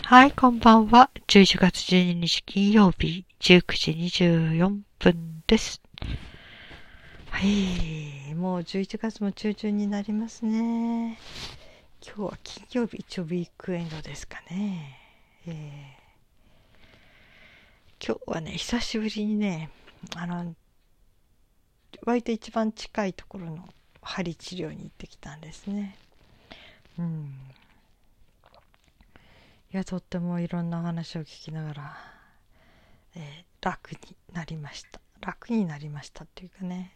はい、こんばんは。11月12日金曜日、19時24分です。はい、もう11月も中旬になりますね。今日は金曜日、一応ウィークエンドですかね。今日はね、久しぶりにね、割と一番近いところの針治療に行ってきたんですね。いや、とってもいろんな話を聞きながら、楽になりました。楽になりましたっていうかね、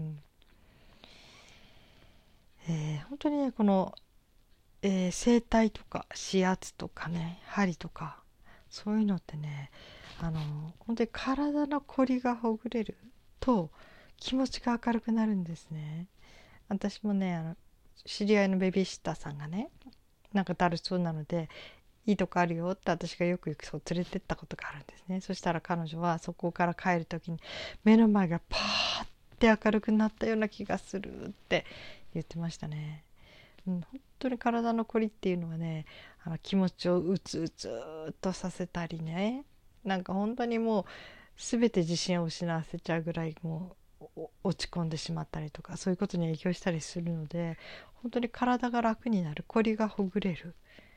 本当にね、この、整体とか指圧とかね、針とか、そういうのってね、本当に体のこりがほぐれると気持ちが明るくなるんですね。私もね、知り合いのベビーシッターさんがね、なんかだるそうなので、いいとこあるよって私がよく行くそう連れてったことがあるんですね。そしたら彼女はそこから帰る時に目の前がパーって明るくなったような気がするって言ってましたね。本当に体のこりっていうのはね、気持ちをうつうつっとさせたりね、なんか本当にもう全て自信を失わせちゃうぐらいもう落ち込んでしまったりとか、そういうことに影響したりするので、本当に体が楽になる、こりがほぐれる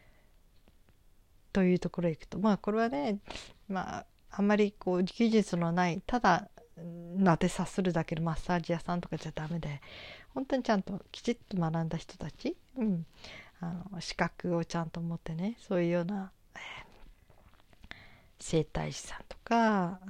というところへ行くと、まあこれはね、あんまりこう技術のない、ただなでさするだけのマッサージ屋さんとかじゃダメで、本当にちゃんときちっと学んだ人たち、資格をちゃんと持ってね、そういうような、整体師さんとか、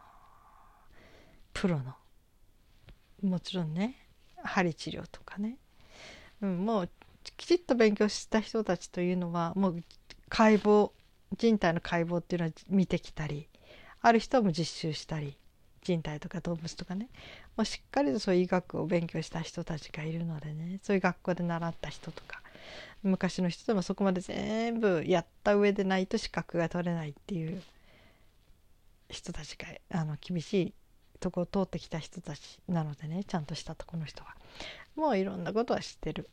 プロの、もちろんね、針治療とかね、もうきちっと勉強した人たちというのは、もう解剖、人体の解剖っていうのは見てきたり、ある人も実習したり、人体とか動物とかね、もうしっかりとそういう医学を勉強した人たちがいるのでね、そういう学校で習った人とか、昔の人でもそこまで全部やった上でないと資格が取れないっていう人たちが、厳しいとこを通ってきた人たちなのでね、ちゃんとしたとこの人はもういろんなことは知ってる、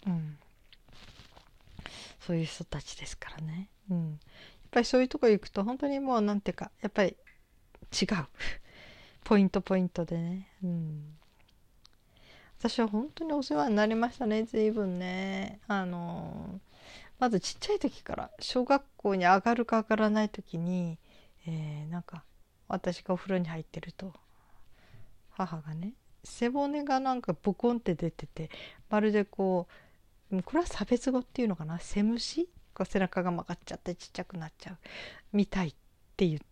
そういう人たちですからね、やっぱりそういうとこ行くと本当にもうなんていうか、やっぱり違うポイントポイントでね、私は本当にお世話になりましたね、随分ね。まずちっちゃい時から小学校に上がるか上がらない時に、なんか私がお風呂に入ってると母がね、背骨がなんかボコンって出てて、まるでこう、これは差別語っていうのかな、背虫、こう背中が曲がっちゃってちっちゃくなっちゃうみたいって言って、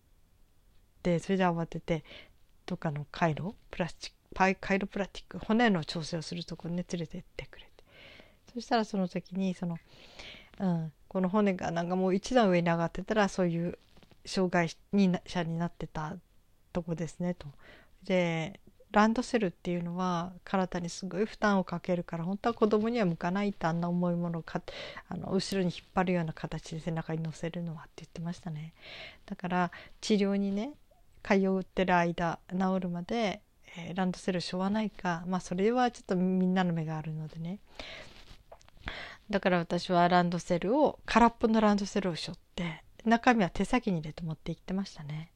それで慌ててどっかのカイロプラティック、骨の調整をするところに連れてってくれて、そしたらその時にこの骨がなんかもう一段上に上がってたら、そういう障害者になってたとこですねと。でランドセルっていうのは体にすごい負担をかけるから、本当は子供には向かないって、あんな重いものを後ろに引っ張るような形で背中に乗せるのはって言ってましたね。だから治療にね通ってる間、治るまで、ランドセル背負わないか、それはちょっとみんなの目があるのでね、だから私は空っぽのランドセルを背負って、中身は手先に入れて持って行ってましたね。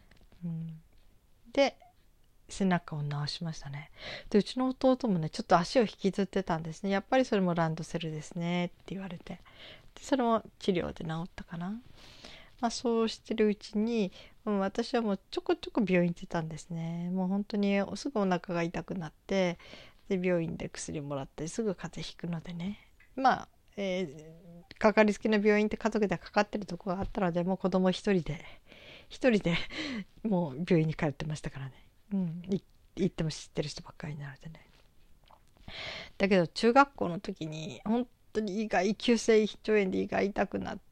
で背中を直しましたね。でうちの弟もね、ちょっと足を引きずってたんですね。やっぱりそれもランドセルですねって言われて、でそれも治療で治ったかな。そうしてるうちに、私はもうちょこちょこ病院行ってたんですね。もう本当にすぐお腹が痛くなって、で病院で薬もらってすぐ風邪ひくのでね、かかりつけの病院って家族でかかってるとこがあったので、もう子供一人でもう病院に通ってましたからね、行っても知ってる人ばっかりなのでね。だけど中学校の時に本当に急性胃腸炎で胃が痛くなって、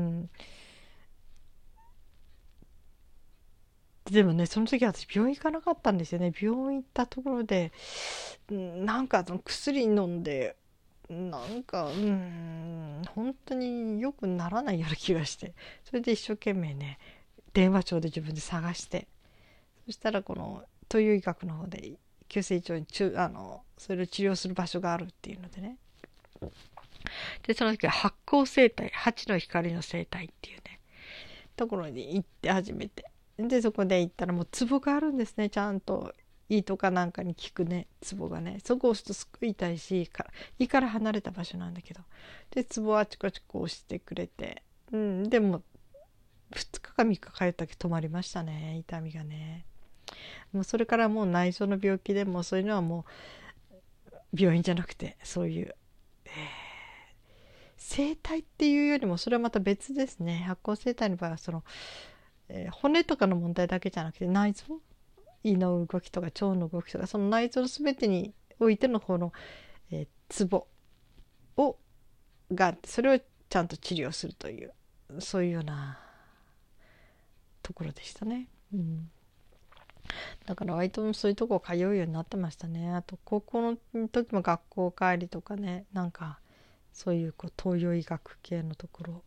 でもね、その時私病院行かなかったんですよね。病院行ったところで、なんかその薬飲んで、なんか本当に良くならないような気がして、それで一生懸命ね電話帳で自分で探して、そしたらこの東洋医学の方で急性胃腸にそれを治療する場所があるっていうのでね、 で、その時は八光生態、八の光の生態っていうね、ところに行って初めて。で、そこで行ったらもう壺があるんですね、ちゃんと。胃とかなんかに効くね、壺がね。そこを押すとすっごい痛いし、胃から離れた場所なんだけど。で、壺をあちこちこう押してくれて。でも、2日か3日通ったけど止まりましたね、痛みがね。もうそれからもう内臓の病気でもそういうのはもう病院じゃなくて、そういう、生体っていうよりもそれはまた別ですね。発酵生体の場合はその、骨とかの問題だけじゃなくて内臓、胃の動きとか腸の動きとかその内臓の全てにおいてのこの、ツボがあってそれをちゃんと治療するというそういうようなところでしたね。だから割とそういうとこ通うようになってましたね。あと高校の時も学校帰りとかね、なんかそういう東洋医学系のところ、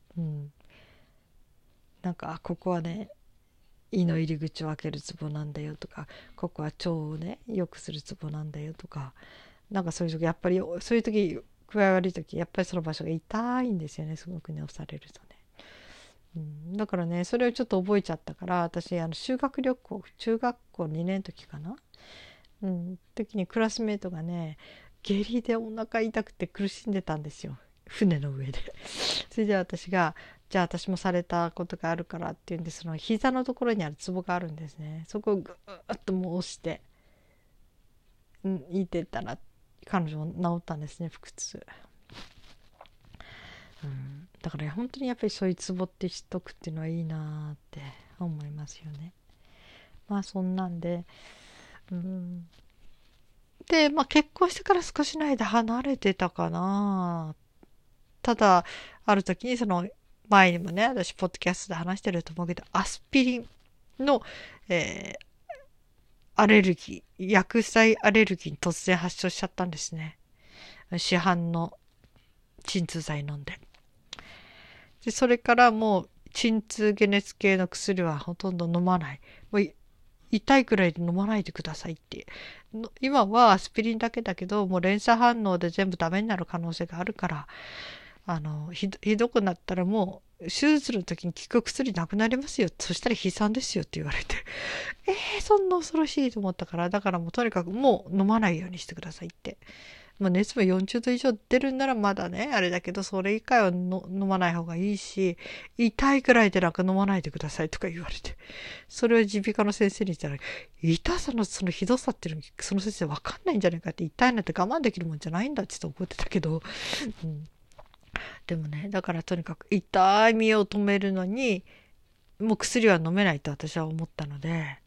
なんかここはね胃の入り口を開けるツボなんだよとか、ここは腸をね良くするツボなんだよとか、なんかそういう時やっぱりそういう時具合悪い時やっぱりその場所が痛いんですよね、すごくね押されるとね。だからねそれをちょっと覚えちゃったから、私修学旅行中学校2年の時かな、時にクラスメートがね下痢でお腹痛くて苦しんでたんですよ、船の上で。それで私がじゃあ私もされたことがあるからっていうんで、その膝のところにあるツボがあるんですね。そこをぐーっともう押して、いてたら彼女も治ったんですね、腹痛。だから本当にやっぱりそういうツボって知っとくっていうのはいいなって思いますよね。まあそんなんで、で、結婚してから少しの間離れてたかな。ただある時にその前にもね私ポッドキャストで話してると思うけど、アスピリンの、アレルギー、薬剤アレルギーに突然発症しちゃったんですね。市販の鎮痛剤飲んで。で、それからもう鎮痛解熱系の薬はほとんど飲まない。もう痛いくらいで飲まないでくださいって。今はアスピリンだけだけど、もう連鎖反応で全部ダメになる可能性があるから、ひどくなったらもう手術の時に効く薬なくなりますよ。そしたら悲惨ですよって言われて。そんな恐ろしいと思ったから、だからもうとにかくもう飲まないようにしてくださいって。熱も40度以上出るんならまだね、あれだけど、それ以下は飲まない方がいいし、痛いくらいでなんか飲まないでくださいとか言われて。それを耳鼻科の先生に言ったら、痛さのそのひどさっていうのその先生わかんないんじゃないかって、痛いなんて我慢できるもんじゃないんだって言って怒ってたけど、でもね、だからとにかく痛みを止めるのに、もう薬は飲めないと私は思ったので、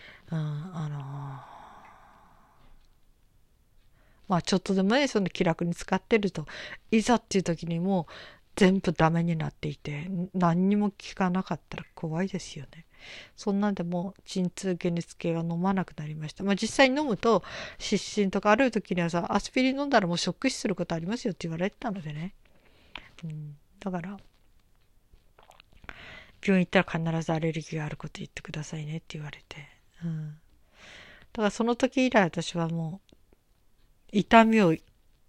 ちょっとでもねその気楽に使ってるといざっていう時にもう全部ダメになっていて何にも効かなかったら怖いですよね。そんなんでも鎮痛解熱系は飲まなくなりました。実際に飲むと失神とかある時にはさ、アスピリン飲んだらもうショック死することありますよって言われてたのでね、だから病院行ったら必ずアレルギーがあること言ってくださいねって言われて、だからその時以来私はもう痛みを、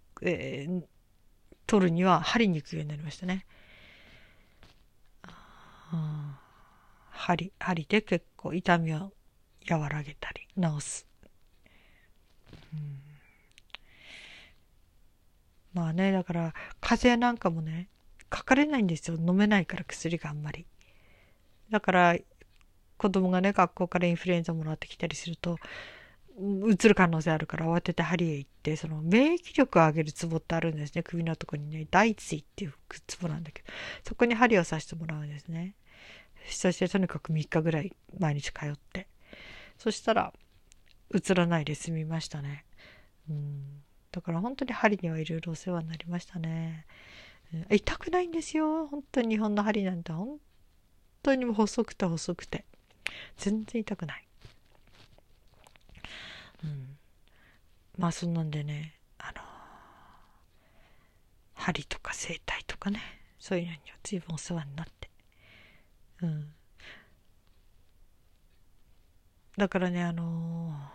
取るには針に行くようになりましたね。針で結構痛みを和らげたり治す。だから風邪なんかもねかかれないんですよ、飲めないから薬があんまり。だから子供がね学校からインフルエンザもらってきたりするとうつる可能性あるから慌てて針へ行って、その免疫力を上げるツボってあるんですね、首のとこにね、大椎っていうツボなんだけど、そこに針を刺してもらうんですね。そしてとにかく3日ぐらい毎日通って、そしたらうつらないで済みましたね。だから本当に針にはいろいろお世話になりましたね。痛くないんですよ本当に。日本の針なんて本当にも細くて全然痛くない。そんなんでね、針とか整体とかね、そういうのには随分お世話になって、だからね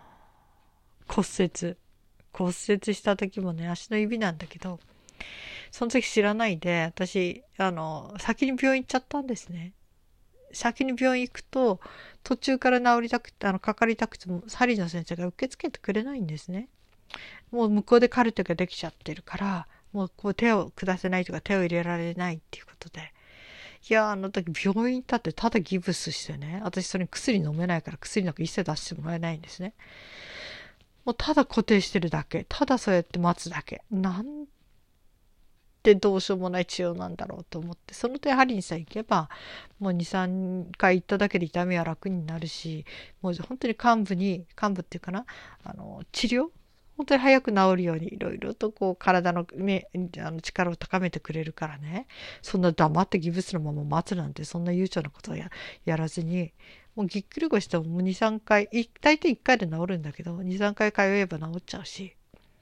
骨折した時もね、足の指なんだけど、 その時知らないで、私、先に病院行っちゃったんですね。先に病院行くと、途中から治りたくて、かかりたくても、針の先生が受け付けてくれないんですね。もう向こうでカルテができちゃってるから、もうこう手を下せないとか手を入れられないっていうことで。いや、あの時病院行ったってただギブスしてね、私それに薬飲めないから薬なんか一切出してもらえないんですね。もうただ固定してるだけ。ただそうやって待つだけ。なんてどうしようもない治療なんだろうと思って、その手針にさえ行けば、もう2、3回行っただけで痛みは楽になるし、もう本当に幹部っていうかな、治療本当に早く治るようにいろいろとこう体の力を高めてくれるからね。そんな黙ってギブスのまま待つなんてそんな悠長なことをやらずに、もうぎっくり腰してももう2、3回、大体1回で治るんだけど、2、3回通えば治っちゃうし。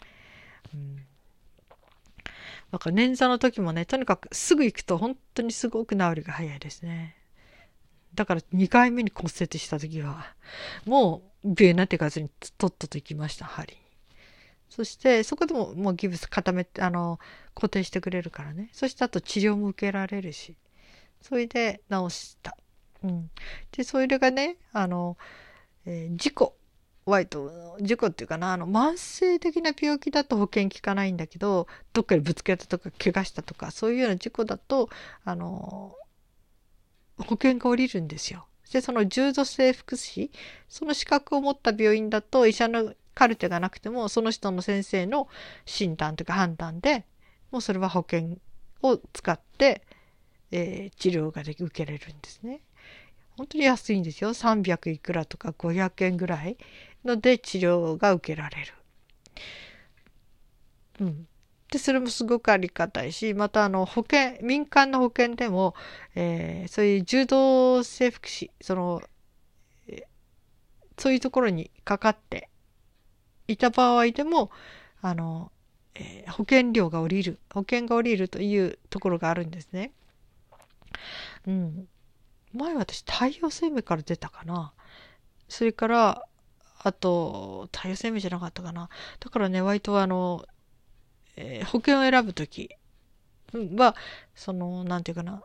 なんか捻挫の時もね、とにかくすぐ行くと本当にすごく治りが早いですね。だから2回目に骨折した時は、もう病院なんて行かずにとっとと行きました、針に。そして、そこでももうギブス固めて、固定してくれるからね。そしてあと治療も受けられるし。それで治した。で、それがね、事故。事故っていうかな、慢性的な病気だと保険効かないんだけど、どっかにぶつけたとか、怪我したとか、そういうような事故だと、保険が下りるんですよ。で、その重度性福祉、その資格を持った病院だと、医者のカルテがなくても、その人の先生の診断というか判断で、もうそれは保険を使って、治療が受けれるんですね。本当に安いんですよ。300いくらとか500円ぐらいので治療が受けられる。で、それもすごくありがたいし、また民間の保険でも、そういう柔道整復師、そういうところにかかっていた場合でも、保険が下りるというところがあるんですね。前私太陽生命から出たかな。それから、あと、太陽生命じゃなかったかな。だからね、割と保険を選ぶときは、なんていうかな、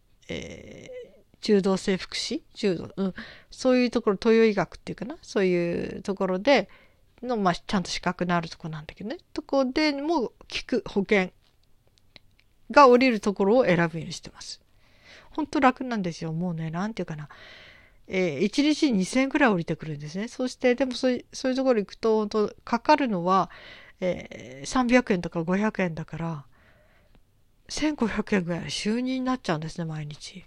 柔道整復師そういうところ、東洋医学っていうかな、そういうところでちゃんと資格のあるところなんだけどね、ところでも効く保険が下りるところを選ぶようにしてます。本当楽なんですよ。もうね、なんていうかな。1日に2000円くらい降りてくるんですね。そして、でもそういうところ行くと、本当かかるのは、300円とか500円だから、1500円ぐらい収入になっちゃうんですね、毎日。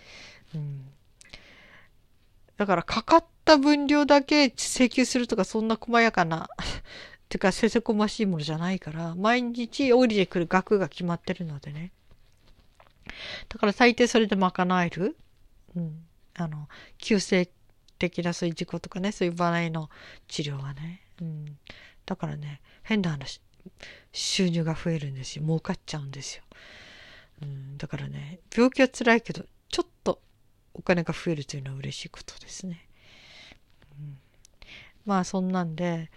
だから、かかった分量だけ請求するとか、そんな細やかな、てか、せせこましいものじゃないから、毎日降りてくる額が決まってるのでね。だから最低それで賄える。急性的なそういう事故とかね、そういう場合の治療はね。だからね、変な話、収入が増えるんですよ。儲かっちゃうんですよ。だからね、病気は辛いけど、ちょっとお金が増えるというのは嬉しいことですね。まあそんなんで、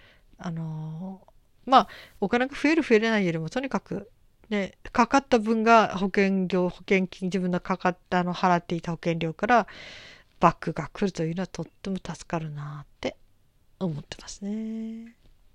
お金が増える増えれないよりも、とにかく、ね、かかった分が保険金、自分の払っていた保険料からバックが来るというのはとっても助かるなって思ってますね。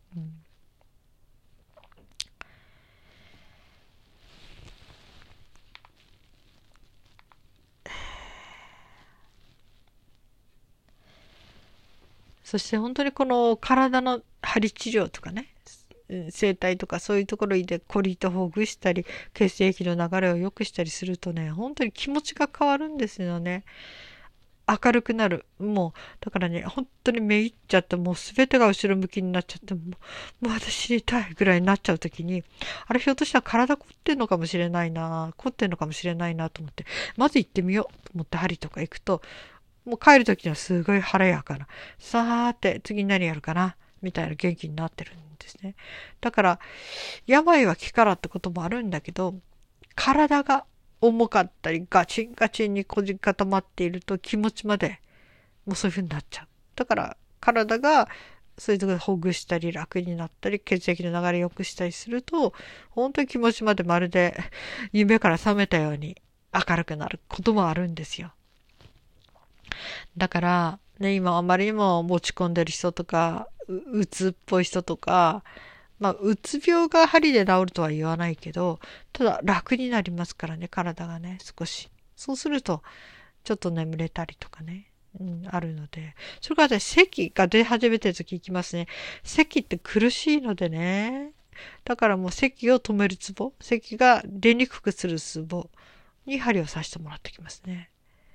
そして本当にこの体の張り治療とかね、整体とかそういうところでコリとほぐしたり、血液の流れを良くしたりするとね、本当に気持ちが変わるんですよね。明るくなる。もう、だからね、本当にめいっちゃって、もうすべてが後ろ向きになっちゃって、もう私死にたいぐらいになっちゃうときに、あれひょっとしたら体凝ってんのかもしれないな、凝ってんのかもしれないなと思って、まず行ってみようと思って針とか行くと、もう帰るときにはすごい晴れやかな。さーて、次何やるかなみたいな元気になってるんですね。だから、病は気からってこともあるんだけど、体が重かったり、ガチンガチンにこじ固まっていると気持ちまで、もうそういう風になっちゃう。だから、体がそういうところでほぐしたり楽になったり血液の流れ良くしたりすると本当に気持ちまでまるで夢から覚めたように明るくなることもあるんですよ。だからね、今あまりにも持ち込んでる人とかうつっぽい人とか、まあうつ病が針で治るとは言わないけど、ただ楽になりますからね、体がね、少し。そうするとちょっと眠れたりとかね、あるので。それから私、咳が出始めてる時行きますね。咳って苦しいのでね。だからもう咳を止めるツボ、咳が出にくくするツボに針を刺してもらってきますね。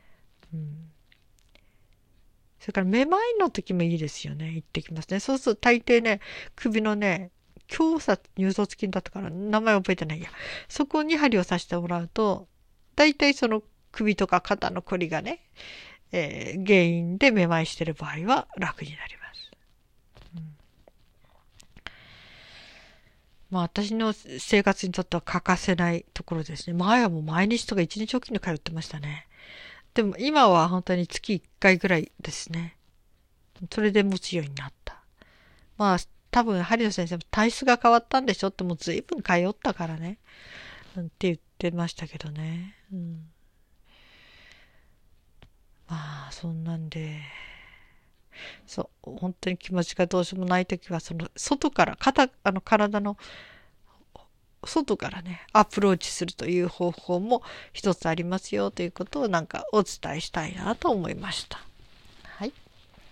それからめまいの時もいいですよね。行ってきますね。そうすると大抵ね、首のね、胸鎖乳突筋だったから名前覚えてないや。そこに針を刺してもらうと、大体その首とか肩のこりがね、原因でめまいしてる場合は楽になります。まあ私の生活にとっては欠かせないところですね。前はもう毎日とか一日おきに通ってましたね。でも今は本当に月1回ぐらいですね。それで持つようになった。まあ多分針の先生も体質が変わったんでしょってもう随分通ったからね。って言ってましたけどね。まあそんなんで、そう本当に気持ちがどうしようもない時はその外から体の外からねアプローチするという方法も一つありますよということをなんかお伝えしたいなと思いました。はい。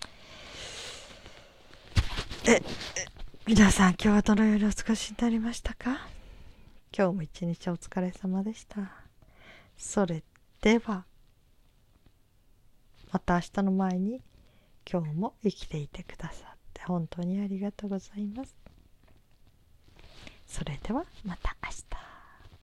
皆さん今日はどのようにお過ごしになりましたか？今日も一日お疲れ様でした。それではまた明日の前に今日も生きていてくださって本当にありがとうございます。それではまた明日。